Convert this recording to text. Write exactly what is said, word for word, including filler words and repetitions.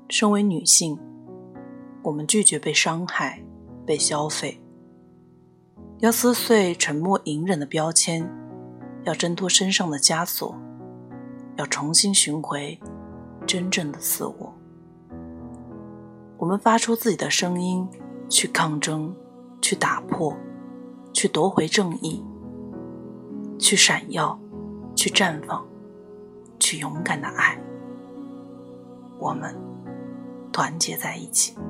身为女性，我们拒绝被伤害、被消费，要撕碎沉默隐忍的标签，要挣脱身上的枷锁，要重新寻回真正的自我。我们发出自己的声音，去抗争，去打破，去夺回正义，去闪耀，去绽放，去勇敢的爱。我们团结在一起。